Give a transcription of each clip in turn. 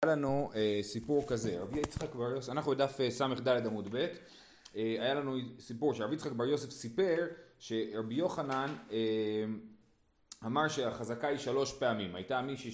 היה לנו סיפור כזה, רבי יצחק בר יוסף, אנחנו בדף ס"ד עמוד ב', היה לנו סיפור שרבי יצחק בר יוסף סיפר שרבי יוחנן אמר שהחזקה היא 3 פעמים. הייתה מישהי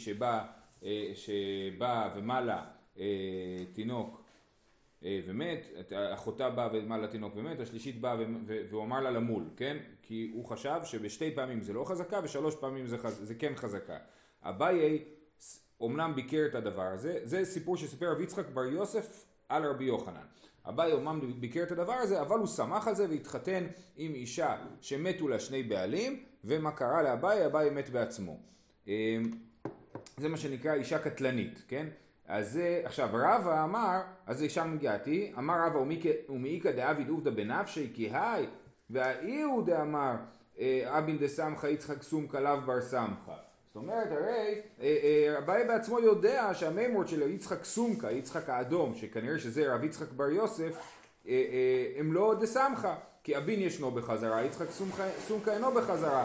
שבאה ומעלה תינוק ומת, אחותה באה ומעלה תינוק ומת, השלישית באה והוא אמר לה למול, כן? כי הוא חשב שבשתי פעמים זה לא חזקה ו3 פעמים זה כן חזקה. אביי אומנם ביקר את הדבר הזה, זה סיפור שסיפר רבי יצחק בר יוסף על רבי יוחנן. אביי אומנם ביקר את הדבר הזה, אבל הוא שמח על זה והתחתן עם אישה שמתו לה 2 בעלים, ומה קרה לאביי? אביי מת בעצמו. זה מה שנקרא אישה קטלנית, כן? אז זה, עכשיו רבא אמר, אז שם הגעתי, אמר רבא ומאיקא דאביד עובדא בנפשי כי היי, והאיהו דאמר אבין דסמכה יצחק סומכה לאו בר סמכה. זאת אומרת, הרי אביי בעצמו יודע שהמימות של יצחק סומכה, יצחק האדום, שכנראה שזה רב יצחק בר יוסף, הם לא דסמכה, כי אבין ישנו בחזרה, יצחק סומכה אינו בחזרה.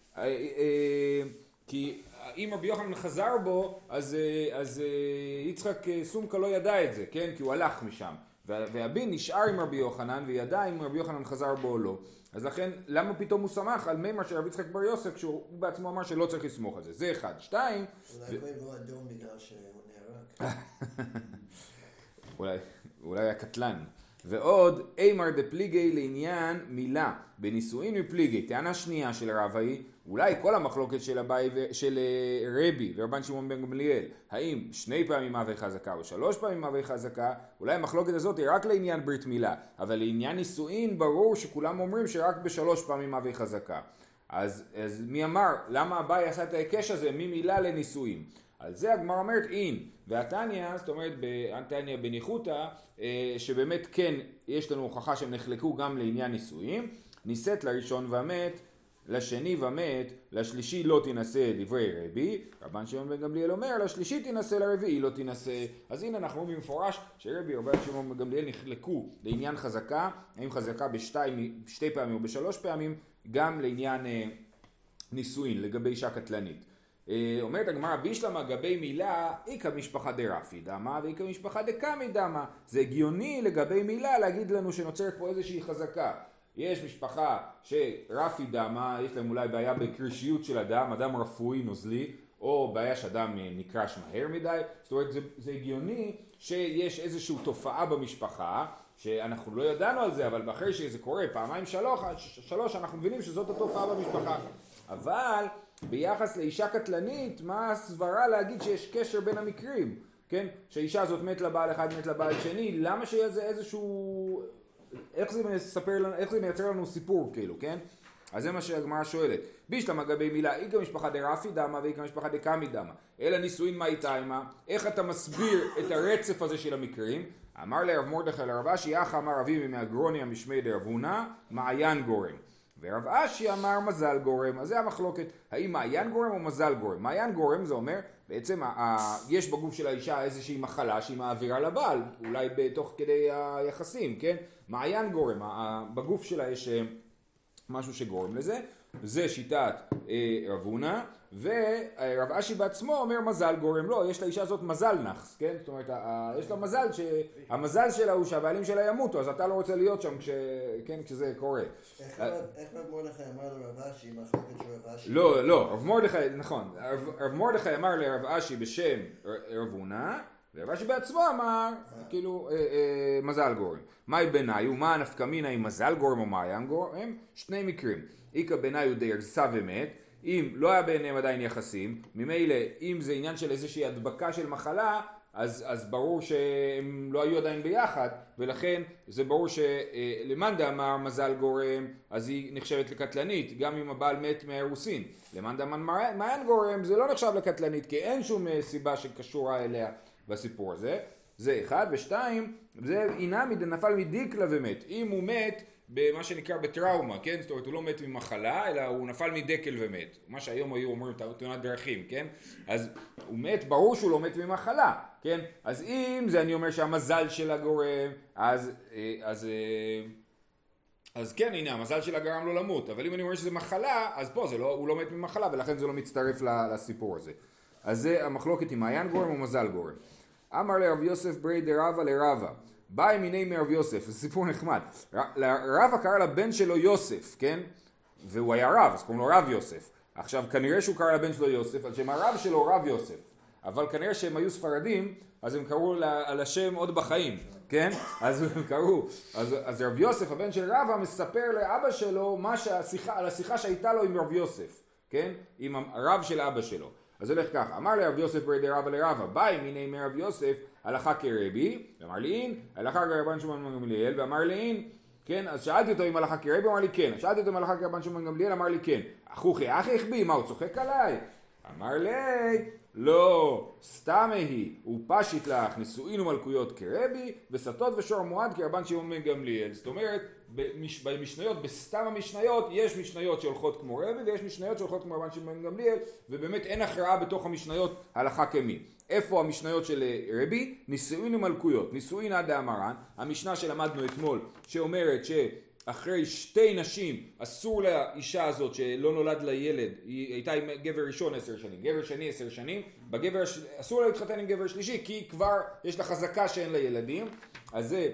כי אם רבי יוחנן חזר בו, אז יצחק סומכה לא ידע את זה, כן? כי הוא הלך משם. ואבין נשאר עם רבי יוחנן וידע אם רבי יוחנן חזר בו או לא. אז לכן, למה פתאום הוא שמח על מימר של רבי יצחק בר יוסף, כשהוא בעצמו אמר שלא צריך לסמוך על זה? זה 1. 2... אולי קוראים לו אדום בגלל שהוא נהרג. אולי הקטלן. ועוד, אימר דפליגי לעניין מילה, בנישואין ופליגי. טענה שנייה של רבא, אולי כל המחלוקת של רבי ורבן שמעון בן גמליאל, האם 2 פעמים אבי חזקה או 3 פעמים אבי חזקה, אולי המחלוקת הזאת היא רק לעניין ברית מילה, אבל לעניין נישואין ברור שכולם אומרים שרק ב3 פעמים אבי חזקה. אז מי אמר, למה אביי עשה את ההיקש הזה ממילה לנישואין? על זה הגמרא אומרת אין, והתניא, זאת אומרת בתניא בניחותא, שבאמת כן יש לנו הוכחה שהם נחלקו גם לעניין נישואים, נישאת לראשון ומת, לשני ומת, לשלישי לא תינשא דברי רבי, רבן שמעון בן גמליאל אומר, לשלישי תינשא לרביעי לא תינשא. אז הנה אנחנו רואים במפורש שרבי ורבן שמעון בן גמליאל נחלקו לעניין חזקה, האם חזקה בשתי פעמים או ב3 פעמים, גם לעניין נישואין, לגבי אישה קטלנית. אומרת הגמרא בישלמה גבי מילה איקא משפחה דרפי דמה ואיקא משפחה דקמי דמה. זה הגיוני לגבי מילה להגיד לנו שנוצרת פה איזושהי חזקה. יש משפחה שרפי דמה, יש להם אולי בעיה בקרישיות של אדם רפואי נוזלי, או בעיה שאדם נקרש מהר מדי. זאת אומרת זה הגיוני שיש איזושהי תופעה במשפחה שאנחנו לא ידענו על זה, אבל אחרי שזה קורה 2-3 אנחנו מבינים שזאת התופעה במשפחה. אבל ביחס לאישה קטלנית, מה הסברה להגיד שיש קשר בין המקרים? כן? שהאישה הזאת מת לבעל אחד, מת לבעל שני, למה שיהיה זה איזשהו... איך זה מייצר לנו סיפור כאילו, כן? אז זה מה שהגמרא שואלת. בישלמה גבי מילה, איקא משפחה דרפי דמה ואיקא משפחה דקמי דמה. אלא נישואין מה איתה עמה? איך אתה מסביר את הרצף הזה של המקרים? אמר לרב מרדכי לרב אשי, אח אמר רבי מהגרוניה משמי דרב הונא, מעיין גורם. ורב אשי אמר מזל גורם. אז זה המחלוקת, האם מעיין גורם או מזל גורם? מעיין גורם זה אומר, בעצם יש בגוף של האישה איזושהי מחלה שהיא מעבירה לבעל, אולי בתוך כדי היחסים, כן? מעיין גורם, בגוף שלה יש משהו שגורם לזה, זה שיטת רב הונא, ורב אשי בעצמו אומר מזל גורם, לא, יש לאישה הזאת מזל נחס, כן? זאת אומרת, יש לה מזל, המזל שלה הוא שהבעלים שלה ימותו, אז אתה לא רוצה להיות שם כשזה קורה. איך רב מרדכי אמר לרב אשי, מחלוקת של רב אשי? לא, רב מרדכי, נכון, רב מרדכי אמר לרב אשי בשם רב הונא, ורב אשי בעצמו אמר, כאילו, מזל גורם. מהי ביניי, ומה הנפקא מינה עם מזל גורם או מעיין גורם? 2 מקרים. איקא ביניי הוא דהרסה ומת, אם לא היה ביניהם עדיין יחסים, ממילא אם זה עניין של איזושהי הדבקה של מחלה, אז ברור שהם לא היו עדיין ביחד, ולכן זה ברור שלמאן דאמר מזל גורם, אז היא נחשבת לקטלנית, גם אם הבעל מת מהאירוסין. למאן דאמר מעיין גורם זה לא נחשב לקטלנית, כי אין שום סיבה שקשורה אליה בסיפור הזה. זה 1, ו2, זה אינמי דנפל מדיקלה ומת. אם הוא מת במה שנקרא בטראומה, כן? זאת אומרת, הוא לא מת ממחלה, אלא הוא נפל מדקל ומת. מה שהיום היו אומרים תאונת דרכים, כן? אז הוא מת, ברור שהוא לא מת ממחלה, כן? אז אם זה אני אומר שהמזל של הגורם, אז כן, הנה, המזל של הגרם לא למות. אבל אם אני אומר שזה מחלה, אז פה הוא לא מת ממחלה, ולכן זה לא מצטרף לסיפור הזה. אז זה המחלוקת עם מעיין גורם או מזל גורם. אמר לרב יוסף ברי דרבה לרבה, באי מיני מרב יוסף, זה סיפור נחמד. רבה קרא לבן שלו יוסף, כן? והוא היה רב, אז קוראים לו רב יוסף. עכשיו כנראה שהוא קרא לבן שלו יוסף, על שם הרב שלו רב יוסף. אבל כנראה שהם היו ספרדים, אז הם קראו על השם עוד בחיים, כן? אז הם קראו. אז רב יוסף, הבן של רבה, מספר לאבא שלו על השיחה שהייתה לו עם רב יוסף, כן? עם הרב של אבא שלו. אז הולך כך, אמר לרב יוסף ברי דרבה לרבה, באי מיני מרב יוסף, הלכה כרבי, ואמר לי אין, הלכה כרבן שמעון בן גמליאל, ואמר לי אין, כן, אז שאלתי אותו אם הלכה כרבי, אמר לי כן, שאלתי אותו אם הלכה כרבן שמעון בן גמליאל, אמר לי כן, אחוכי אחי בי, מה הוא צוחק עליי? אמר לי, לא, סתם היא, הוא פשיט לך, נישואין ומלכויות כרבי, וסתות ושור מועד כרבן שמעון בן גמליאל. זאת אומרת, במשניות, בסתם המשניות, יש משניות שהולכות כמו רבי, ויש משניות שהולכות כמו רבן שמעון בן גמליאל, ובאמת אין הכרעה בתוך המשניות הלכה כמי. איפה המשניות של רבי? נישואין ומלכויות. נישואין עד דאמרן, המשנה שלמדנו אתמול, שאומרת שאחרי שתי נשים אסור לאישה הזאת שלא נולד לה ילד, היא הייתה עם גבר ראשון 10 שנים, גבר שני 10 שנים, אסור לה להתחתן עם גבר שלישי, כי כבר יש לה חזקה שאין לה ילדים. אז זה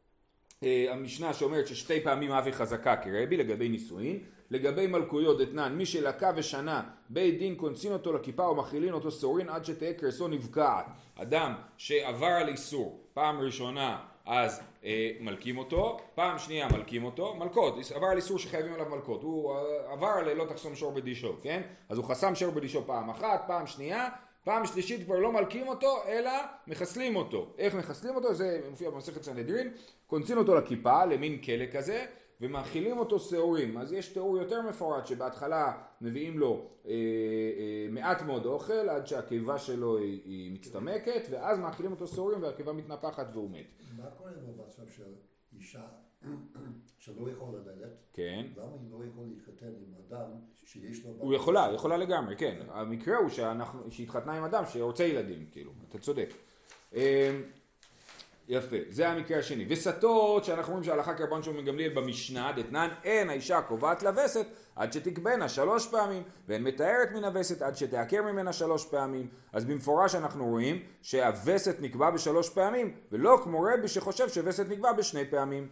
המשנה שאומרת ששתי פעמים אבי חזקה כרבי לגבי נישואין. לגבי מלכויות אתנן, מי שלקה ושנה בית דין כונסין אותו לכיפה ומכילין אותו סורין עד שתהיה קרסו נבקעת. אדם שעבר על איסור פעם ראשונה אז מלכים אותו, פעם שנייה מלכים אותו, מלכות, עבר על איסור שחייבים עליו מלכות, הוא עבר על לא תחסום שור בדישו, כן? אז הוא חסם שור בדישו פעם אחת, פעם שנייה, פעם שלישית כבר לא מלכים אותו, אלא מחסלים אותו. איך מחסלים אותו? זה מופיע במסכת סנהדרין, כונסין אותו לכיפה, למין כלא כזה, ומאכילים אותו שעורים. אז יש תיאור יותר מפורט שבהתחלה מביאים לו מעט מאוד אוכל עד שהקיבה שלו היא מצטמקת, ואז מאכילים אותו שעורים והקיבה מתנפחת והוא מת. מה קורה במצב של אישה שלא יכול ללדת? כן. למה היא לא יכול להתחתן עם אדם שיש לו... הוא יכולה לגמרי, כן. המקרה הוא שהיא התחתנה עם אדם שרוצה ילדים, כאילו, אתה צודק. יפה, זה המקרה השני. וסתות, שאנחנו רואים שההלכה כרבן שמעון בן גמליאל במשנה, דתנן, אין האישה קובעת לווסת עד שתקבנה 3 פעמים, ואין מתארת מן הווסת עד שתעקר ממנה 3 פעמים. אז במפורש אנחנו רואים שהווסת נקבע ב3 פעמים, ולא כמו רבי שחושב שווסת נקבע ב2 פעמים.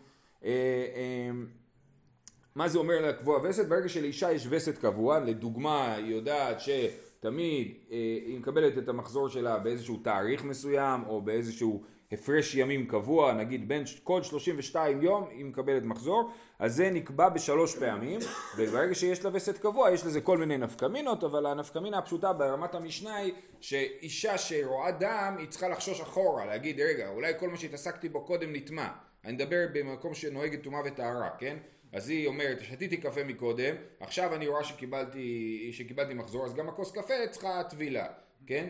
מה זה אומר לקבוע וסת? ברגע שלאישה יש וסת קבוע, לדוגמה היא יודעת שתמיד היא מקבלת את המחזור שלה באיזשהו תאריך מסוים, או באיזשהו הפרש ימים קבוע, נגיד בין כל 32 יום היא מקבלת מחזור, אז זה נקבע ב3 פעמים, וברגע שיש לה וסת קבוע יש לזה כל מיני נפקמינות, אבל הנפקמינה הפשוטה ברמת המשנה היא שאישה שרואה דם היא צריכה לחשוש אחורה, להגיד רגע אולי כל מה שהתעסקתי בו קודם נטמע, אני מדבר במקום שנוהגת טומאה וטהרה, כן? אז היא אומרת, שתיתי קפה מקודם, עכשיו אני רואה שקיבלתי מחזור, אז גם הכוס קפה צריכה טבילה, כן?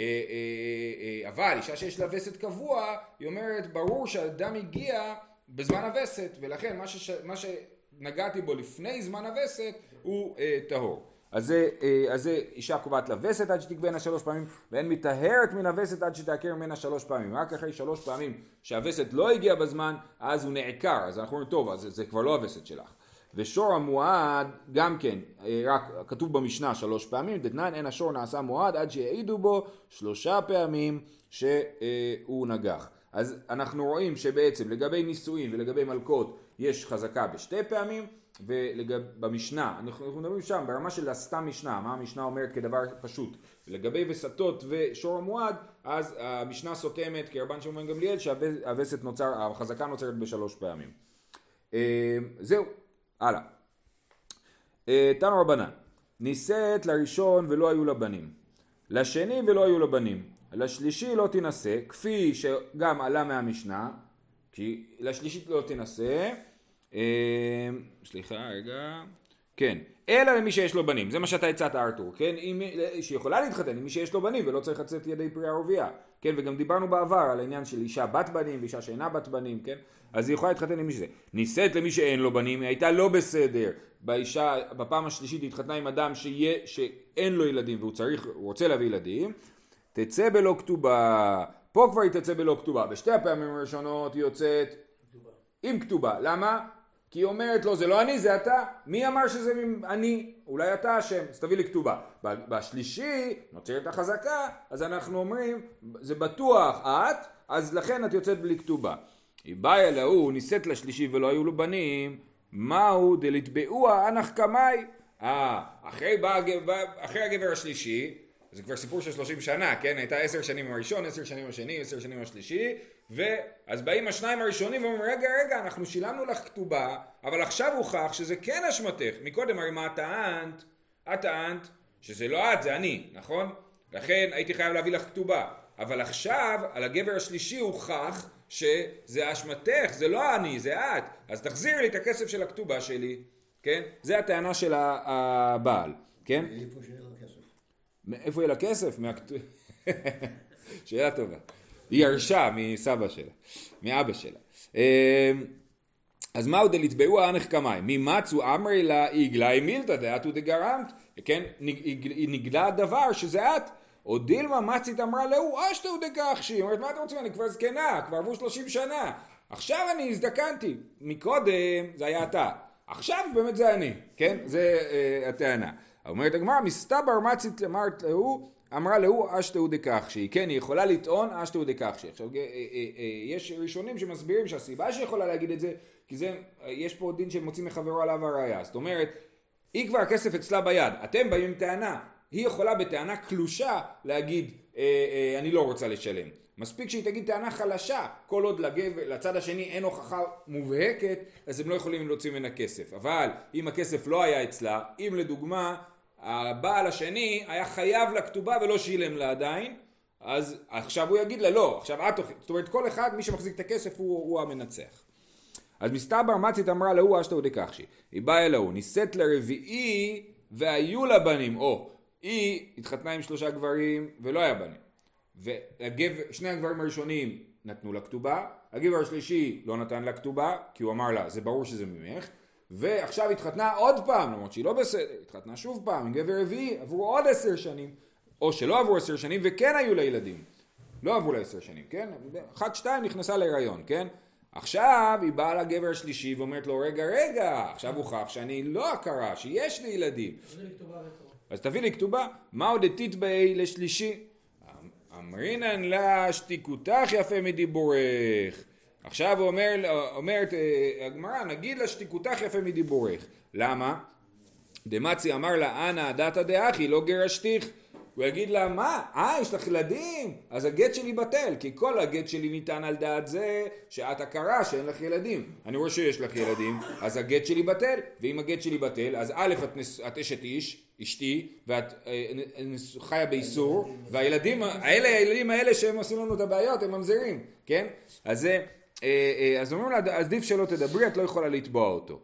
אבל אישה שיש לה וסת קבוע, היא אומרת, ברור שהדם הגיע בזמן הווסת, ולכן מה שנגעתי בו לפני זמן הווסת הוא טהור. אז זה אישה קובעת לווסת עד שתקבנה 3 פעמים, ואין מטהרת מן הווסת עד שתעקר ממנה 3 פעמים. רק אחרי 3 פעמים שהווסת לא הגיע בזמן, אז הוא נעקר, אז אנחנו אומרים, טוב, אז זה כבר לא הווסת שלך. ושור המועד, גם כן, רק כתוב במשנה 3 פעמים, דתנן אין השור נעשה מועד עד שיעידו בו 3 פעמים שהוא נגח. אז אנחנו רואים שבעצם לגבי נישואין ולגבי מלכות יש חזקה ב2 פעמים, ובמשנה, אנחנו מדברים שם ברמה של הסתם משנה, מה המשנה אומרת כדבר פשוט. לגבי וסתות ושור המועד, אז המשנה סותמת כרבן שמעון בן גמליאל שהווסת נוצר, החזקה נוצרת ב3 פעמים. זהו. הלאה. תנו רבנן, נישאת לראשון ולא היו לה בנים, לשני ולא היו לה בנים, לשלישי לא תינשא, כפי שגם עלה מהמשנה, כי לשלישית לא תינשא, סליחה רגע, כן, אלא למי שיש לו בנים, זה מה שאתה הצעת ארתור, כן, שיכולה להתחתן עם מי שיש לו בנים ולא צריך לצאת ידי פרי ערבייה, כן, וגם דיברנו בעבר על העניין של אישה בת בנים ואישה שאינה בת בנים, כן, אז היא יכולה להתחתן עם מי שזה. נישאת למי שאין לו בנים, היא הייתה לא בסדר, באישה, בפעם השלישית היא התחתנה עם אדם שאין לו ילדים והוא רוצה להביא ילדים, תצא בלא כתובה, פה כבר היא תצא בלא כתובה, בשתי הפעמים הראשונות היא יוצאת עם כתובה, למה? כי היא אומרת לו, זה לא אני, זה אתה. מי אמר שזה אני? אולי אתה אשם, אז תביא לי כתובה. בשלישי נוצרת החזקה, אז אנחנו אומרים, זה בטוח את, אז לכן את יוצאת בלי כתובה. היא באה להוא, ניסית לשלישי ולא היו לו בנים, מהו דלתבעוה אנח קמאי. אחרי הגבר השלישי, זה כבר סיפור של 30 שנה, כן? הייתה 10 שנים הראשון, 10 שנים השני, 10 שנים השלישי, ואז באים השניים הראשונים ואומרים, רגע, אנחנו שילמנו לך כתובה, אבל עכשיו הוכח שזה כן אשמתך. מקודם הרי מה את טענת? את טענת שזה לא את, זה אני, נכון? לכן הייתי חייב להביא לך כתובה. אבל עכשיו, על הגבר השלישי הוכח שזה אשמתך, זה לא אני, זה את. אז תחזיר לי את הכסף של הכתובה שלי, כן? זה הטענה של הבעל, כן? איפה שיהיה לה כסף? מאיפה יהיה לה כסף? שאלה טובה. היא ירשה מסבא שלה, מאבא שלה. אז מהו דלתבעוה אנח קמאי? ממצו אמרי לה עגלה מילתא דאתו דגרמת, כן? נגלה הדבר שזה את. או דילמה מצית אמרה להוא אשתו דקחשי. היא אומרת, מה אתה רוצה? אני כבר זקנה, כבר עברו 30 שנה. עכשיו אני הזדקנתי. מקודם זה היה אתה. עכשיו באמת זה אני, כן? זה הטענה. אומרת הגמרא, מסתבר מצית אמרת להוא, אמרה להוא אשתו דקחשי. כן, היא יכולה לטעון אשתו דקחשי. עכשיו, יש ראשונים שמסבירים שהסיבה שיכולה להגיד את זה, כי זה, יש פה דין של מוציא מחברו עליו הראיה. זאת אומרת, היא כבר הכסף אצלה ביד. אתם באים עם טענה. היא יכולה בטענה קלושה להגיד, אני לא רוצה לשלם. מספיק שהיא תגיד טענה חלשה, כל עוד לצד השני אין הוכחה מובהקת, אז הם לא יכולים להוציא ממנה כסף. אבל אם הכסף לא היה אצלה, אם לדוגמה, הבעל השני היה חייב לכתובה ולא שילם לה עדיין, אז עכשיו הוא יגיד לה לא, עכשיו את תוכלי. זאת אומרת, כל אחד, מי שמחזיק את הכסף הוא המנצח. אז מסתבר מצית אמרה להוא אשתו דקחשי. היא באה אליהו, ניסית לרביעי והיו לה בנים. היא התחתנה עם 3 גברים ולא היה בנים. ושני הגברים הראשונים נתנו לה כתובה, הגבר השלישי לא נתן לה כתובה, כי הוא אמר לה, זה ברור שזה ממך, ועכשיו התחתנה עוד פעם, למרות שהיא לא בסדר, התחתנה שוב פעם עם גבר רביעי, עברו עוד 10 שנים, או שלא עברו 10 שנים וכן היו לה ילדים. לא עברו לה 10 שנים, כן? 1-2 נכנסה להיריון, כן? עכשיו היא באה לגבר השלישי ואומרת לו, רגע, עכשיו הוכח שאני לא הכרה, שיש לי ילדים. אז תביא לי כתובה, מהו דתתבעי לשלישי? אמרינן לה שתיקותך יפה מדיבורך. עכשיו אומרת הגמרא, נגיד לה שתיקותך יפה מדיבורך. למה? דמצי אמר לה, אנא דתא דאחי לא גרשתיך. הוא יגיד לה, מה? יש לך ילדים? אז הגט שלי בטל, כי כל הגט שלי ניתן על דעת זה שאת הכרה שאין לך ילדים. אני רואה שיש לך ילדים, אז הגט שלי בטל, ואם הגט שלי בטל, אז א' את אשת אשתי, ואת חיה באיסור, והילדים האלה שהם עושים לנו את הבעיות, הם ממזרים, כן? אז אומרים לה, אז עדיף שלא תדברי, את לא יכולה לתבוע אותו.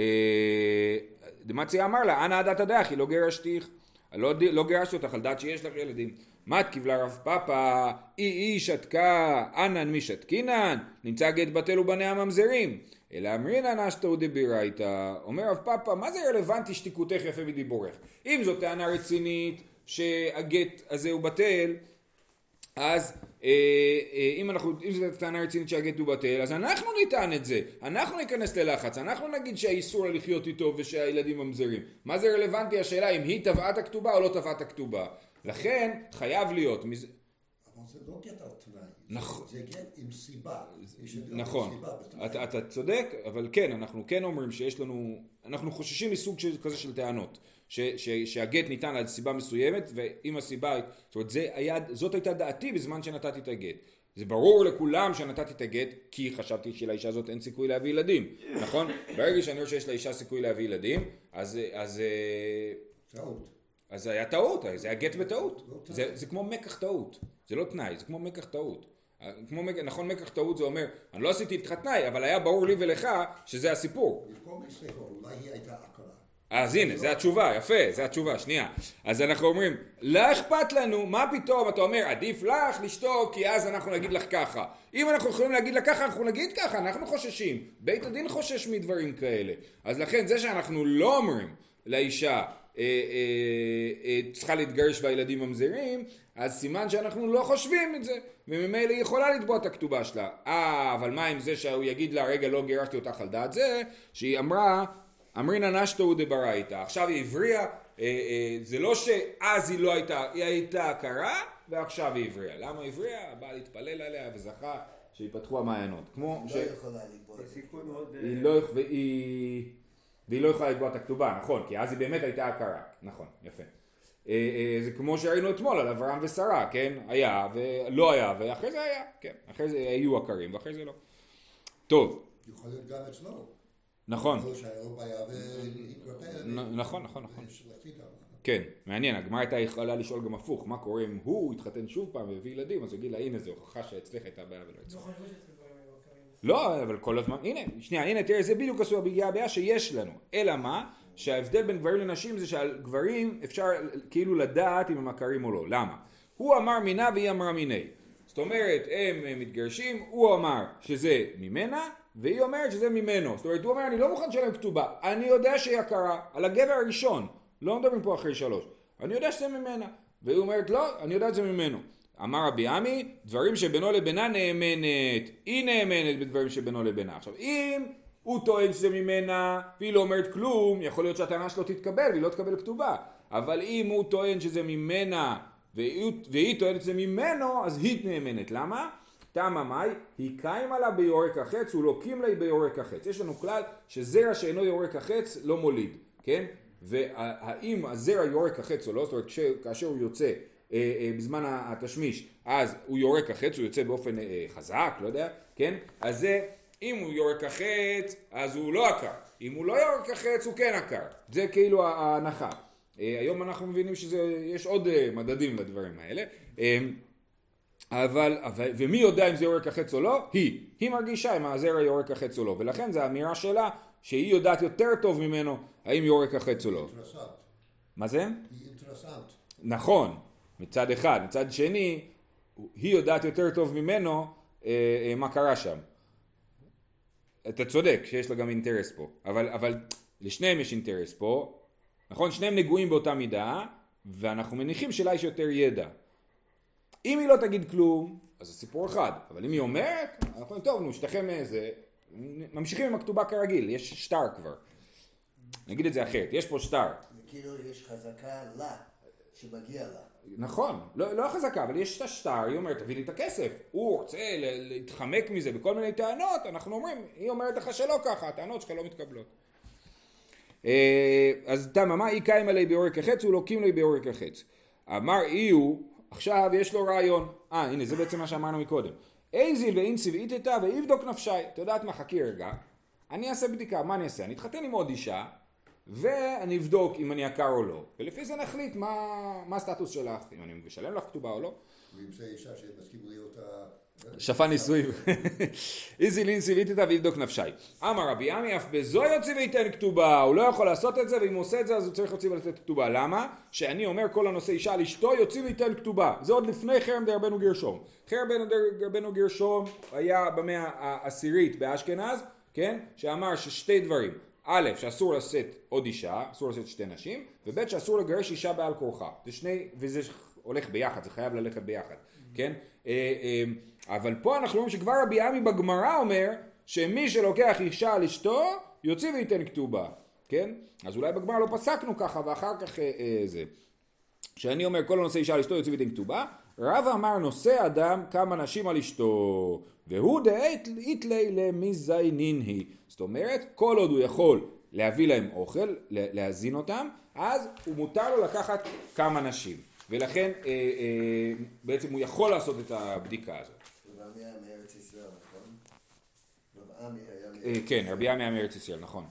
דמצי אמר לה, אנא דתא דאחי לא גרשתיך. לא גירשתי אותך על דעת שיש לך ילדים. מתקיב לרב פאפא, היא שתקה, אנן מי שתקינן, נמצא גט בטל ובניה ממזרים. אלא אמרינן אשתו דבירייתא. אומר רב פאפא, מה זה רלוונטי שתיקותך יפה מדיבורך? אם זו טענה רצינית שהגט הזה הוא בטל, אז אם זו טענה רצינית שהגט הוא בטל, אז אנחנו ניתן את זה, אנחנו ניכנס ללחץ, אנחנו נגיד שהאיסור לחיות איתו ושהילדים ממזרים. מה זה רלוונטי? השאלה אם היא טבעה את הכתובה או לא טבעה את הכתובה. לכן חייב להיות אבל זה לא גט על תנאי, נכון. זה גט עם סיבה. נכון, אתה צודק, אבל כן, אנחנו כן אומרים שיש לנו, אנחנו חוששים מסוג כזה של טענות, שהגט ניתן על סיבה מסוימת, ואם הסיבה, זאת אומרת, זאת הייתה דעתי בזמן שנתתי את הגט. זה ברור לכולם שנתתי את הגט, כי חשבתי שלאישה הזאת אין סיכוי להביא ילדים, נכון? ברגע שאני רואה שיש לאישה סיכוי להביא ילדים, אז זה היה טעות, זה היה גט בטעות. זה כמו מקח טעות, זה לא תנאי, זה כמו מקח טעות. נכון, מקח טעות זה אומר, אני לא עשיתי איתך תנאי, אבל היה ברור לי ולך שזה הסיפור. אולי היא הייתה הכרה. אז הנה, זה התשובה, יפה, זה התשובה, שנייה. אז אנחנו אומרים, לא אכפת לנו, מה פתאום? אתה אומר, עדיף לך לשתוק, כי אז אנחנו נגיד לך ככה. אם אנחנו יכולים להגיד לה ככה, אנחנו נגיד ככה, אנחנו חוששים. בית הדין חושש מדברים כאלה. אז לכן, זה שאנחנו לא אומרים לאישה, צריכה להתגרש והילדים ממזרים, אז סימן שאנחנו לא חושבים את זה, וממילא היא יכולה לתבוע את הכתובה שלה. אבל מה עם זה שהוא יגיד לה, רגע, לא גירשתי אותך על דעת זה, שהיא אמרה, אמרינא נשתהו דברייתא, עכשיו היא הבריאה, זה לא שאז היא לא הייתה, היא הייתה עקרה ועכשיו היא הבריאה. למה היא הבריאה? הבא להתפלל עליה וזכה שיפתחו המעיינות. כמו היא לא יכולה לקבוע. והיא לא יכולה לקבוע את הכתובה, נכון, כי אז היא באמת הייתה עקרה, נכון, יפה. זה כמו שראינו אתמול על אברהם ושרה, כן? היה ולא היה, ואחרי זה היה, כן? אחרי זה היו עקרים ואחרי זה לא. טוב. יכול להיות גם אצלו. נכון. נכון. כן, מעניין, הגמרא הייתה יכולה לשאול גם הפוך, מה קורה אם הוא התחתן שוב פעם והביא ילדים, אז הוא יגיד לה, הנה זה הוכחה שאצלך הייתה בעיה ולא אצלך. לא, אבל כל הזמן, הנה, תראה, זה בדיוק עשו הבעיה שיש לנו, אלא מה? שההבדל בין גברים לנשים זה שעל גברים אפשר כאילו לדעת אם הם עקרים או לא, למה? הוא אמר מינה והיא אמרה מיני, זאת אומרת, הם מתגרשים, הוא אמר שזה ממנה, והיא אומרת שזה ממנו, זאת אומרת, הוא אומר, אני לא מוכן שלהם כתובה, אני יודע שהיא עקרה, על הגבר הראשון, לא מדברים פה אחרי 3, אני יודע שזה ממנה, והיא אומרת, לא, אני יודע שזה ממנו. אמר רבי עמי, דברים שבינו לבינה נאמנת, היא נאמנת בדברים שבינו לבינה. עכשיו, אם הוא טוען שזה ממנה, והיא לא אומרת כלום, יכול להיות שהטענה שלו תתקבל, והיא לא תקבל כתובה. אבל אם הוא טוען שזה ממנה, והיא טוענת שזה ממנו, אז היא נאמנת. למה? תמה מאי, היא קיימה לה ביורק החץ, הוא לוקים לה ביורק החץ. יש לנו כלל שזרע שאינו יורק החץ לא מוליד, כן? והאם הזרע יורק החץ או לא, זאת אומרת, כאשר הוא יוצא בזמן התשמיש, אז הוא יורק החץ, הוא יוצא באופן חזק, לא יודע, כן? אז זה, אם הוא יורק החץ, אז הוא לא עקר. אם הוא לא יורק החץ, הוא כן עקר. זה כאילו ההנחה. היום אנחנו מבינים שיש עוד מדדים לדברים האלה. ומי יודע אם זה יורק החץ או לא? היא מרגישה אם הזרע יורק החץ או לא. ולכן זו האמירה שלה, שהיא יודעת יותר טוב ממנו, האם יורק החץ או לא. מה זה? היא אינטרסנט. נכון. מצד אחד, מצד שני, היא יודעת יותר טוב ממנו מה קרה שם. אתה צודק שיש לה גם אינטרס פה, אבל לשניהם יש אינטרס פה, נכון? שניהם נגועים באותה מידה, ואנחנו מניחים שלה יש יותר ידע. אם היא לא תגיד כלום, אז זה סיפור אחד, אבל אם היא אומרת, אנחנו טוב, נשתכם מאיזה, ממשיכים עם הכתובה כרגיל, יש שטר כבר. נגיד את זה אחרת, יש פה שטר. כאילו יש חזקה לה, שמגיע לה. נכון, לא חזקה, אבל יש את השטר, היא אומרת, תביא לי את הכסף, הוא רוצה להתחמק מזה בכל מיני טענות, אנחנו אומרים, היא אומרת לך שלא ככה, הטענות שלך לא מתקבלות. אז תמה, מה היא קיים עלי ביורק החץ, הוא לוקים לי ביורק החץ. אמר איהו, עכשיו יש לו רעיון, הנה זה בעצם מה שאמרנו מקודם, איזיל ואינציב איתתה ויבדוק נפשי, אתה יודעת מה, חכי רגע, אני אעשה בדיקה, מה אני אעשה? אני אתחתן עם עוד אישה, ואני אבדוק אם אני עקר או לא, ולפי זה נחליט מה הסטטוס שלך, אם אני משלם לך כתובה או לא. ואם זה אישה שמסכים להיות שפן נישואים. איזי לינסיב איתתה ויבדוק נפשי. אמר רבי עמי אף בזו יוציא וייתן כתובה, הוא לא יכול לעשות את זה, ואם הוא עושה את זה אז הוא צריך להוציא ולתת כתובה. למה? שאני אומר כל הנושא אישה על אשתו יוציא וייתן כתובה. זה עוד לפני חרם דרבנו גרשום. חרם דרבנו גרשום היה במאה העשירית באשכנז, כן? שאמר ששתי דברים. א', שאסור לשאת עוד אישה, אסור לשאת שתי נשים, וב' שאסור לגרש אישה בעל כורחה. זה שני, וזה הולך ביחד, זה חייב ללכת ביחד, כן? אבל פה אנחנו רואים שכבר רבי עמי בגמרא אומר שמי שלוקח אישה על אשתו יוציא וייתן כתובה, כן? אז אולי בגמרא לא פסקנו ככה ואחר כך זה. שאני אומר כל הנושא אישה על אשתו יוציא וייתן כתובה, רב אמר נושא אדם כמה נשים על אשתו, והוא דעת איתלי למזיינין היא. זאת אומרת, כל עוד הוא יכול להביא להם אוכל, להזין אותם, אז הוא מותר לו לקחת כמה נשים. ולכן בעצם הוא יכול לעשות את הבדיקה הזאת. רבי עמי היה מארץ ישראל, נכון? רבי עמי היה מארץ כן, רבי עמי היה מארץ ישראל, נכון.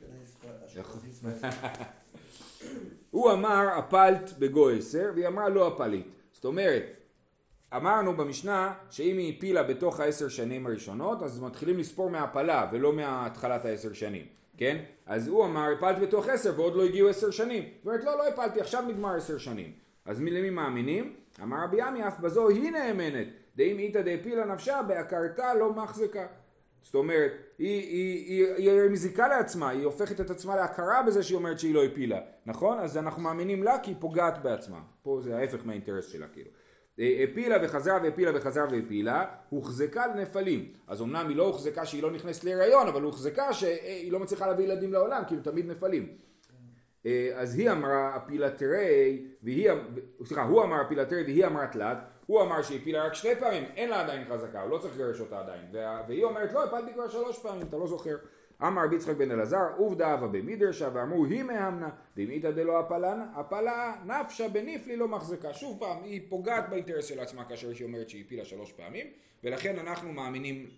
הוא אמר הפלט בגו 10 והיא אמרה לא הפלית. זאת אומרת, אמרנו במשנה שאם היא הפילה בתוך 10 שנים הראשונות אז מתחילים לספור מהפלה ולא מהתחלת 10 שנים, כן? אז הוא אמר הפלת בתוך 10 ועוד לא הגיעו 10 שנים. זאת אומרת לא הפלתי, עכשיו נגמר 10 שנים. אז למי מאמינים? אמר רבי עמי אף בזו היא נאמנת, דאם איתה דהפילה נפשה בעקרתה לא מחזיקה. זאת אומרת, היא מזיקה לעצמה, היא הופכת את עצמה להכרה בזה שהיא אומרת שהיא לא הפילה, נכון? אז אנחנו מאמינים לה כי היא פוגעת בעצמה. פה זה ההפך מהאינטרס שלה כאילו. הפילה וחזרה והפילה וחזרה והפילה, הוחזקה לנפלים. אז אמנם היא לא הוחזקה שהיא לא נכנסת להיריון, אבל הוחזקה שהיא לא מצליחה להביא ילדים לעולם, כי הם תמיד נפלים. אז היא אמרה הפילתרי, הוא אמר הפילתרי והיא אמרה תלת, הוא אמר שהיא הפילה רק 2 פעמים, אין לה עדיין חזקה, הוא לא צריך לגרש אותה עדיין. והיא אומרת, לא, הפלתי כבר 3 פעמים, אתה לא זוכר. אמר רבי יצחק בן אלעזר, עובדא הווה במדרשה, ואמרו היא מהמנה, דמיתא דלא הפלה נפשה בניפלי לא מחזקה. שוב פעם, היא פוגעת באינטרס של עצמה כאשר היא אומרת שהיא הפילה 3 פעמים, ולכן אנחנו מאמינים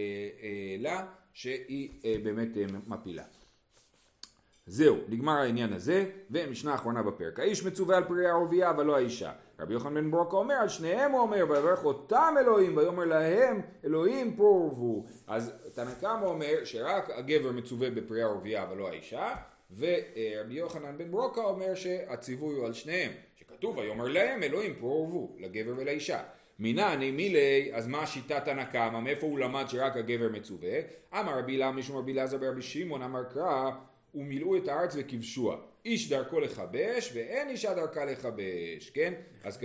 לה שהיא באמת מפילה. זהו, נגמר העניין הזה, ומשנה אחרונה בפרק. האיש מצווה על פרי הערבייה, אבל לא האישה. רבי יוחנן בן ברוקה אומר, על שניהם הוא אומר, ויברך אותם אלוהים, ויאמר להם, אלוהים פרו ורבו. אז תנא קמא אומר שרק הגבר מצווה בפרי הערבייה, אבל לא האישה, ורבי יוחנן בן ברוקה אומר שהציווי הוא על שניהם, שכתוב, ויאמר להם, אלוהים פרו ורבו, לגבר ולאישה. מינני מילי, אז מה שיטת תנא קמא, מאיפה הוא למד שרק הגבר מצווה? אמר רבי אליעזר משום רבי אליעזר ברבי שמעון, אמר קרא, ומילאו את הארץ וכבשוה. איש דרכו לכבש ואין אישה דרכה לכבש, כן? אז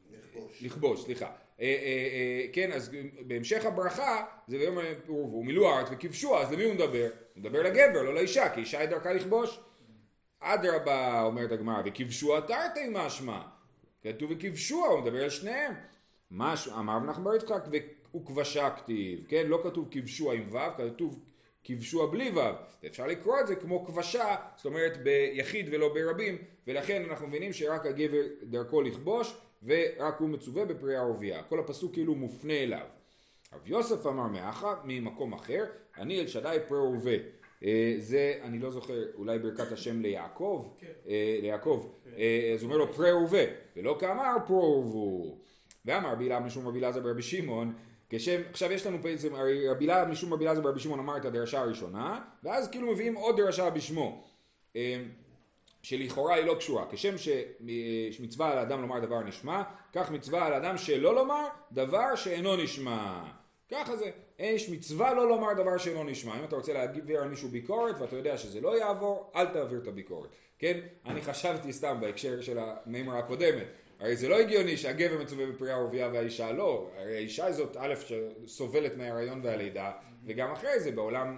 לכבוש, סליחה. כן, אז בהמשך הברכה זה ויאמר ורבו, מילאו הארץ וכבשוה, אז למי הוא מדבר? הוא מדבר לגבר, לא לאישה, כי אישה היא דרכה לכבוש. אדרבה, אומרת הגמרא, וכבשוה תרתי משמע. כתוב וכבשוה, הוא מדבר על שניהם. אמר רבי נחמן בר יצחק וכבשה כתיב, כן? לא כתוב כבשוה עם ו', כתוב כבשוה בלי ו', אפשר לקרוא את זה כמו כבשה, זאת אומרת ביחיד ולא ברבים, ולכן אנחנו מבינים שרק הגבר דרכו לכבוש, ורק הוא מצווה בפרי הערבייה. כל הפסוק כאילו מופנה אליו. רב יוסף אמר מאחה, ממקום אחר, אני אל שדי פרי ערווה. זה, אני לא זוכר, אולי ברכת השם ליעקב, ליעקב, אז הוא אומר לו פרי ערווה, ולא כאמר פרי ערבו. ואמר רבי אליעזר משום רבי אליעזר ברבי שמעון, עכשיו יש לנו בעצם, רבי אליעזר משום רבי אליעזר ברבי שמעון אמר את הדרשה הראשונה, ואז כאילו מביאים עוד דרשה בשמו, שלכאורה היא לא קשורה. כשם שמצווה על האדם לומר דבר נשמע, כך מצווה על האדם שלא לומר דבר שאינו נשמע. ככה זה, יש מצווה לא לומר דבר שאינו נשמע. אם אתה רוצה להעביר על מישהו ביקורת ואתה יודע שזה לא יעבור, אל תעביר את הביקורת. כן? אני חשבתי סתם בהקשר של המימרה הקודמת, הרי זה לא הגיוני שהגבר מצווה בפרי הערבייה והאישה לא, הרי האישה זאת א' שסובלת מההיריון והלידה, וגם אחרי זה בעולם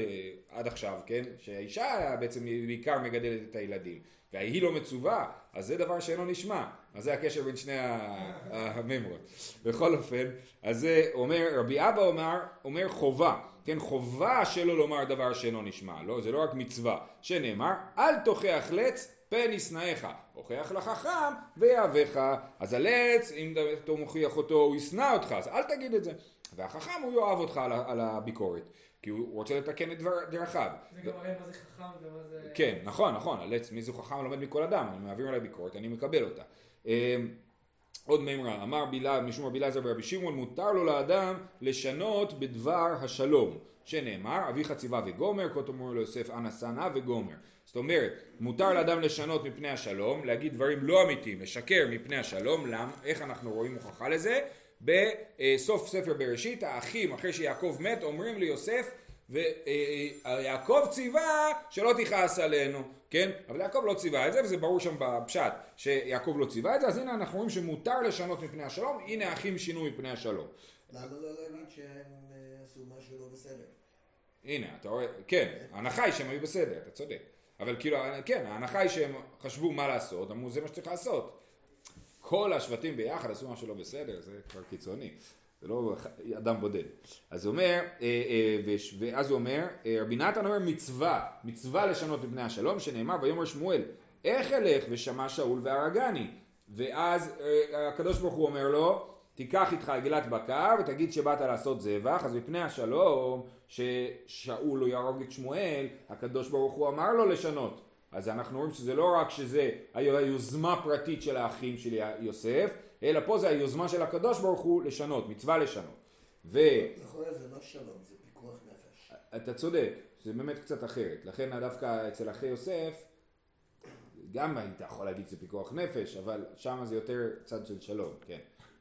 עד עכשיו, כן? שהאישה בעצם בעיקר מגדלת את הילדים, והיא לא מצווה, אז זה דבר שאינו נשמע, אז זה הקשר בין שני הממרות. בכל אופן, אז זה אומר, רבי אבא אומר חובה, כן? חובה שלא לומר דבר שאינו נשמע, לא, זה לא רק מצווה, שנאמר, אל תוכח לץ, פן ישנאיך, הוכיח לחכם ויאהבך. אז הלץ, אם אתה מוכיח אותו, הוא ישנא אותך, אז אל תגיד את זה. והחכם הוא יאהב אותך על הביקורת, כי הוא רוצה לתקן את דרכיו. זה גם מראה מה זה חכם ומה זה... כן, נכון, הלץ, מי זה חכם לומד מכל אדם, אני מעביר עליי ביקורת, אני מקבל אותה. עוד מימרה, אמר משום רבי אליעזר ברבי שמעון, מותר לו לאדם לשנות בדבר השלום, שנאמר, אביך ציווה וגומר, כה תאמר ליוסף אנא שנא וגומר. זאת אומרת, מותר לאדם לשנות מפני השלום, להגיד דברים לא אמיתיים, לשקר מפני השלום. למה? איך אנחנו רואים הוכחה לזה? בסוף ספר בראשית, האחים, אחרי שיעקב מת, אומרים ליוסף, ויעקב ציווה שלא תכעס עלינו, כן? אבל יעקב לא ציווה את זה, וזה ברור שם בפשט שיעקב לא ציווה את זה, אז הנה אנחנו רואים שמותר לשנות מפני השלום, הנה האחים שינו מפני השלום. למה לא להגיד שהם עשו משהו לא בסדר? הנה, אתה רואה, כן, ההנחה היא שהם היו בסדר, אתה צודק. אבל כאילו, כן, ההנחה היא שהם חשבו מה לעשות, אמרו זה מה שצריך לעשות. כל השבטים ביחד עשו משהו לא בסדר, זה כבר קיצוני, זה לא אדם בודד. אז הוא אומר, ואז הוא אומר, רבי נתן אומר מצווה לשנות מפני השלום, שנאמר ויאמר שמואל, איך אלך ושמע שאול והרגני? ואז הקדוש ברוך הוא אומר לו, תיקח איתך עגלת בקר ותגיד שבאת לעשות זבח, אז מפני השלום ששאול לא יהרוג את שמואל, הקדוש ברוך הוא אמר לו לשנות. אז אנחנו רואים שזה לא רק שזה היוזמה פרטית של האחים של יוסף, אלא פה זה היוזמה של הקדוש ברוך הוא לשנות, מצווה לשנות. נכון, זה לא שלום, זה פיקוח נפש. אתה צודק, זה באמת קצת אחרת. לכן דווקא אצל אחי יוסף, גם היית יכול להגיד שזה פיקוח נפש, אבל שם זה יותר צד של שלום, כן.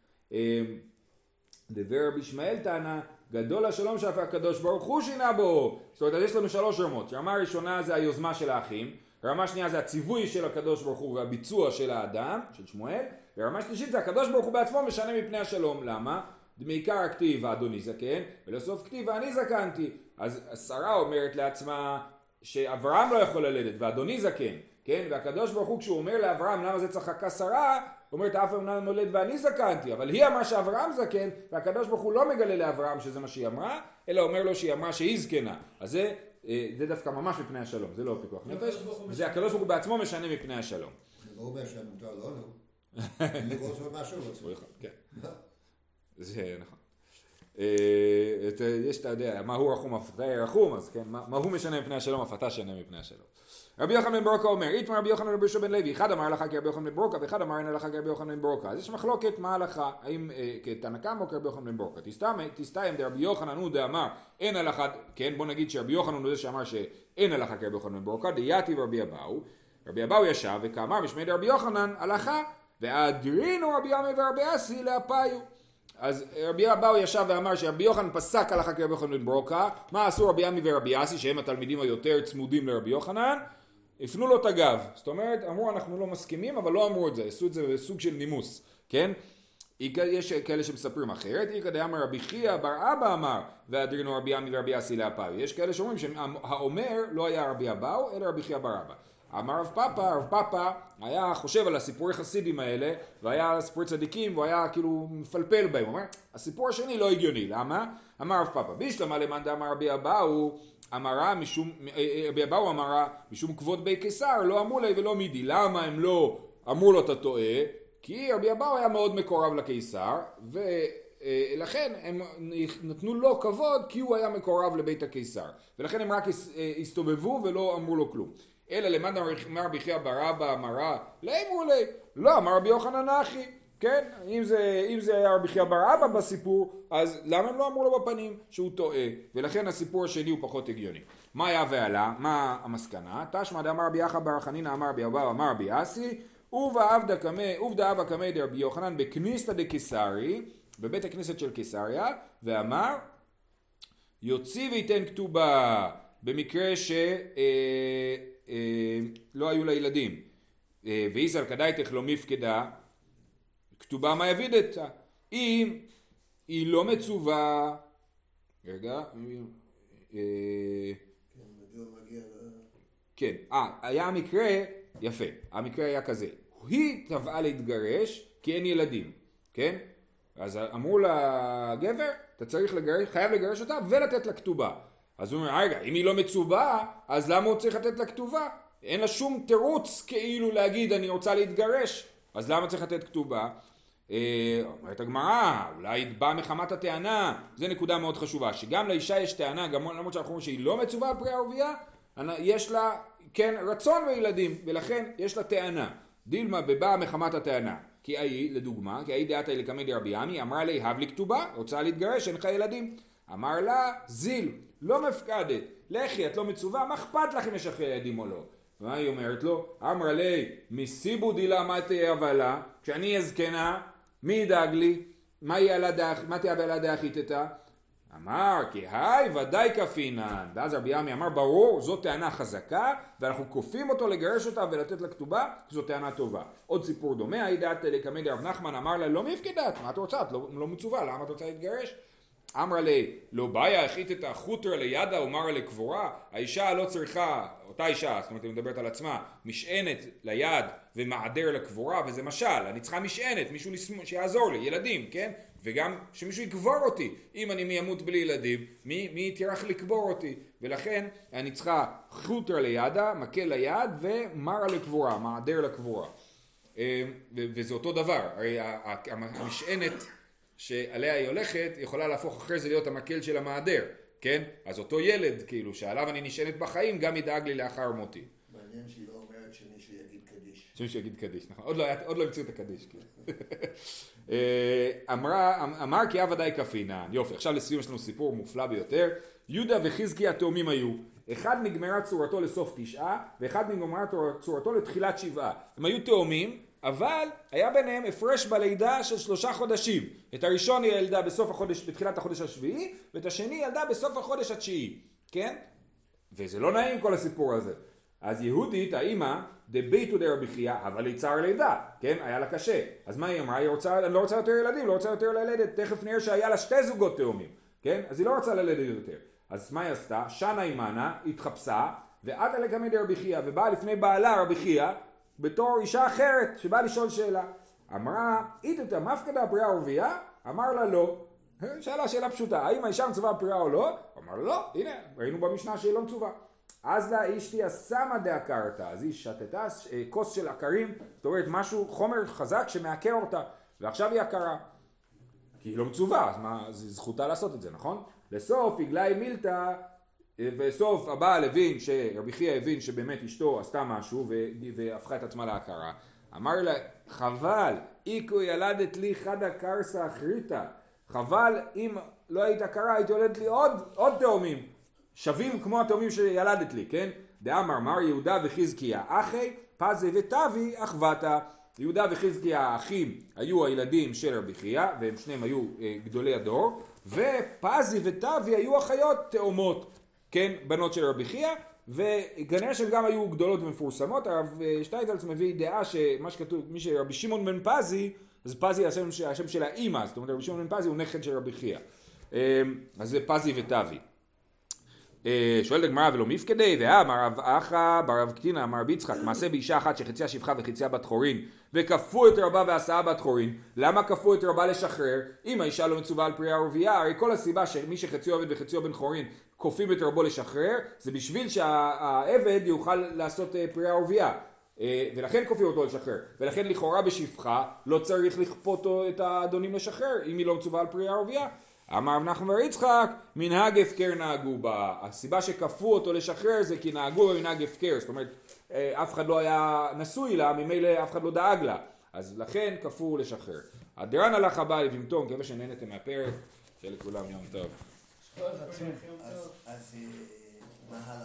דבר רבי ישמעאל טענה, גדול השלום שאף הקדוש ברוך הוא שינה בו. זאת אומרת, יש לנו 3 רמות. הרמה הראשונה זה היוזמה של האחים, הרמה השנייה זה הציווי של הקדוש ברוך הוא והביצוע של האדם, של שמואל, ורמה שלישית זה הקדוש ברוך הוא בעצמו משנה מפני השלום. למה? מעיקר הכתיב האדוני זקן, ולסוף כתיב ואני זקנתי. אז שרה אומרת לעצמה שאברהם לא יכול ללדת ואדוני זקן, כן? והקדוש ברוך הוא כשהוא אומר לאברהם למה זה צחקה שרה, אומרת אף אמנם נולד ואני זקנתי, אבל היא אמרה שאברהם זקן, והקדוש ברוך הוא לא מגלה לאברהם שזה מה שהיא אמרה, אלא אומר לו שהיא אמרה שהיא זקנה. אז זה דווקא ממש מפני השלום, זה לא פיקוח נפש, וזה הקדוש ברוך הוא בעצמו משנה מפני השלום. זה לא אומר שמותר לא נו. לראות משהו רוצה. כן. זה נכון. יש, אתה יודע, מה הוא רחום אף אתה רחום, אז כן, מה הוא משנה מפני השלום, אף אתה שנה מפני השלום. רבי יוחנן בן ברוקה אומר, איתמר רבי יוחנן רבי יהושע בן לוי, אחד אמר הלכה כרבי יוחנן בן ברוקה, ואחד אמר אין הלכה כרבי יוחנן בן ברוקה. אז יש מחלוקת מה ההלכה, האם כתנא קמא או כרבי יוחנן בן ברוקה. תסתיים דרבי יוחנן הוא דאמר אין הלכה, כן, בוא נגיד שרבי יוחנן הוא זה שאמר שאין הלכה כרבי יוחנן בן ברוקה, דייתיב רבי אבאו. רבי אבאו ישב וכאמר משמי דרבי יוחנן הלכה, ואדרינו רבי עמי ורבי אסי לאפיו. אז רבי אבאו ישב ואמר שרבי יוחנן פסק הלכה כרבי יוחנן בן ברוקה. מה עשו רבי עמי ורבי אסי שהם התלמידים היותר צמודים לרבי יוחנן? הפנו לו את הגב, זאת אומרת, אמרו אנחנו לא מסכימים, אבל לא אמרו את זה, עשו את זה בסוג של נימוס, כן? יש כאלה שמספרים אחרת, איקא דאמר רבי חייא בר אבא אמר, ואדרינו רבי עמי ורבי אסי לאפיו. יש כאלה שאומרים שהאומר לא היה רבי אבאו, אלא רבי חייא בר אבא. אמר רב פאפא היה חושב על הסיפורי חסידים האלה, והיה סיפורי צדיקים, והוא היה כאילו מפלפל בהם, הוא אומר, הסיפור השני לא הגיוני, למה? אמר רב פאפא, בישלמה למאן דאמר רבי אבאו, אמרה משום, רבי אבאו אמרה, משום כבוד בי קיסר, לא אמרו לי ולא מידי. למה הם לא אמרו לו אתה טועה? כי רבי אבאו היה מאוד מקורב לקיסר, ולכן הם נתנו לו כבוד כי הוא היה מקורב לבית הקיסר. ולכן הם רק הסתובבו ולא אמרו לו כלום. אלא למאן דאמר רבי חייא בר אבא אמרה, לא אמרו לי, לא אמר רבי יוחנן אחי. כן, אם זה היה רבי חייא בר אבא בסיפור, אז למה הם לא אמרו לו בפנים שהוא טועה? ולכן הסיפור השני הוא פחות הגיוני. מה היה ועלה? מה המסקנה? תשמע דאמר רבי יחיא בר חנינא אמר רבי אבאו אמר רבי אסי, עובדא אבא קמי דרבי יוחנן בכניסתא דקיסרי, בבית הכנסת של קיסריה, ואמר יוציא וייתן כתובה במקרה שלא היו לה ילדים. ואיסר כדאיתך לא מפקדה, כתובה מה יבידתה. אם היא לא מצווה, רגע, כן, היה המקרה, יפה, המקרה היה כזה, היא תבעה להתגרש כי אין ילדים, כן? אז אמרו לגבר, אתה צריך לגרש, חייב לגרש אותה ולתת לה כתובה. אז הוא אומר, רגע, אם היא לא מצווה, אז למה הוא צריך לתת לה כתובה? אין לה שום תירוץ כאילו להגיד אני רוצה להתגרש, אז למה צריך לתת כתובה? אומרת הגמרא, אולי בא מחמת הטענה, זה נקודה מאוד חשובה, שגם לאישה יש טענה, גם למרות שאנחנו אומרים שהיא לא מצווה על פרי ערבייה, יש לה כן רצון בילדים, ולכן יש לה טענה. דילמה בבא מחמת הטענה, כי היא, לדוגמה, כי היא דעתה לקמי דרבי עמי, אמרה לי, הב לי כתובה, רוצה להתגרש, אין לך ילדים. אמר לה, זיל, לא מפקדת, לכי, את לא מצווה, מה אכפת לך אם יש לך ילדים או לא? ומה היא אומרת לו? אמרה לי, מסיבו דילה מה תהיה הבלה, כשאני אהיה זקנה, מי ידאג לי? מה תהיה הבלה דאחיתתה? אמר, כי היי ודאי כפינן. ואז רבי עמי אמר, ברור, זו טענה חזקה, ואנחנו כופים אותו לגרש אותה ולתת לה כתובה, זו טענה טובה. עוד סיפור דומה, היא דעת לקמי דרב נחמן, אמר לה, לא מפקדת, מה את רוצה? את לא מצווה, למה את רוצה להתגרש? אמרה לי, לא בעיה, החית את החוטר לידה, אומרה לקבורה, האישה לא צריכה, אותה אישה, זאת אומרת, היא מדברת על עצמה, משענת ליד ומעדר לקבורה, וזה משל, אני צריכה משענת, מישהו שיעזור לי, ילדים, כן? וגם שמישהו יקבור אותי, אם אני אמות בלי ילדים, מי יתירך לקבור אותי? ולכן אני צריכה חוטר לידה, מקל ליד ומרה לקבורה, מעדר לקבורה. וזה אותו דבר, הרי המשענת שעליה היא הולכת, יכולה להפוך אחרי זה להיות המקל של המעדר, כן? אז אותו ילד, כאילו, שעליו אני נשענת בחיים, גם ידאג לי לאחר מותי. מעניין שהיא לא אומרת שמישהו יגיד קדיש. שמישהו יגיד קדיש, נכון. עוד לא המציאו את הקדיש, כאילו. אמר כי ודאי כפינן. יופי, עכשיו לסיום יש לנו סיפור מופלא ביותר. יהודה וחזקיה התאומים היו. אחד נגמרה צורתו לסוף 9, ואחד נגמרה צורתו לתחילת 7. הם היו תאומים, אבל היה ביניהם הפרש בלידה של 3 חודשים. את הראשון היא ילדה בתחילת החודש השביעי, ואת השני ילדה בסוף החודש התשיעי. כן? וזה לא נעים כל הסיפור הזה. אז יהודית, האמא, דביתו דרבי חייא, אבל היא צער לידה, כן? היה לה קשה. אז מה היא אמרה? אני לא רוצה יותר ילדים, לא רוצה יותר ללדת. תכף נראה שהיה לה 2 זוגות תאומים, כן? אז היא לא רוצה ללדת יותר. אז מה היא עשתה? שנה אימנה, התחפשה, ועתה לקמא דרבי חייא, ובאה לפני בעלה רבי חייא, בתור אישה אחרת, שבאה לשאול שאלה. אמרה, איתתא מפקדא פריאה ורבייה? אמר לה לא. שאלה פשוטה, האם האישה מצווה פריאה או לא? אמר לה לא, הנה, ראינו במשנה שהיא לא מצווה. אז לה אשתי הסמא דעקרתא, אז היא שתתה כוס של עקרים, זאת אומרת משהו, חומר חזק שמעקר אותה, ועכשיו היא עקרה. כי היא לא מצווה, אז מה, זכותה לעשות את זה, נכון? לסוף עגלי מילתא, וסוף הבעל הבין, רבי חייא הבין שבאמת אשתו עשתה משהו והפכה את עצמה להכרה. אמר לה, חבל, איקו ילדת לי חדה קרסה אחריתה. חבל, אם לא היית הכרה, היית יולדת לי עוד תאומים. שווים כמו התאומים שילדת לי, כן? דאמר מר יהודה וחזקיה אחי, פזי וטבי אחוותה. יהודה וחזקיה האחים היו הילדים של רבי חייא, והם שניהם היו גדולי הדור, ופזי וטבי היו אחיות תאומות, כן? בנות של רבי חייא, וכנראה שהם גם היו גדולות ומפורסמות. הרב שטייזלץ מביא דעה שמה שכתוב, מי שרבי שמעון בן פזי, אז פזי השם של האמא, זאת אומרת רבי שמעון בן פזי הוא נכד של רבי חייא. אז זה פזי וטבי. שואלת הגמרא ולא מפקדי, ואמר רב אחא ברב קטינא אמר רבי יצחק, מעשה באישה אחת שחציה שפחה וחציה בת חורין, וכפו את רבה ועשאה בת חורין. למה כפו את רבה לשחרר? אם האישה לא מצווה על פריאה ורבייה, הרי כל הסיבה שמי שחציו עבד וחציו בן חורין כופים את רבו לשחרר, זה בשביל שהעבד יוכל לעשות פריאה ורבייה. ולכן כופים אותו לשחרר, ולכן לכאורה בשפחה לא צריך לכפות את האדונים לשחרר אם היא לא מצווה על פריאה ורבייה. אמר רב נחמן בר יצחק, מנהג הפקר נהגו בה. הסיבה שכפו אותו לשחרר זה כי נהגו במנהג הפקר, זאת אומרת אף אחד לא היה נשוי לה, ממילא אף אחד לא דאג לה, אז לכן כפו לשחרר. הדרן הלך הבא לבמתום, כמה שנהנתם מהפרק, שיהיה לכולם יום טוב. אז מה הלאה?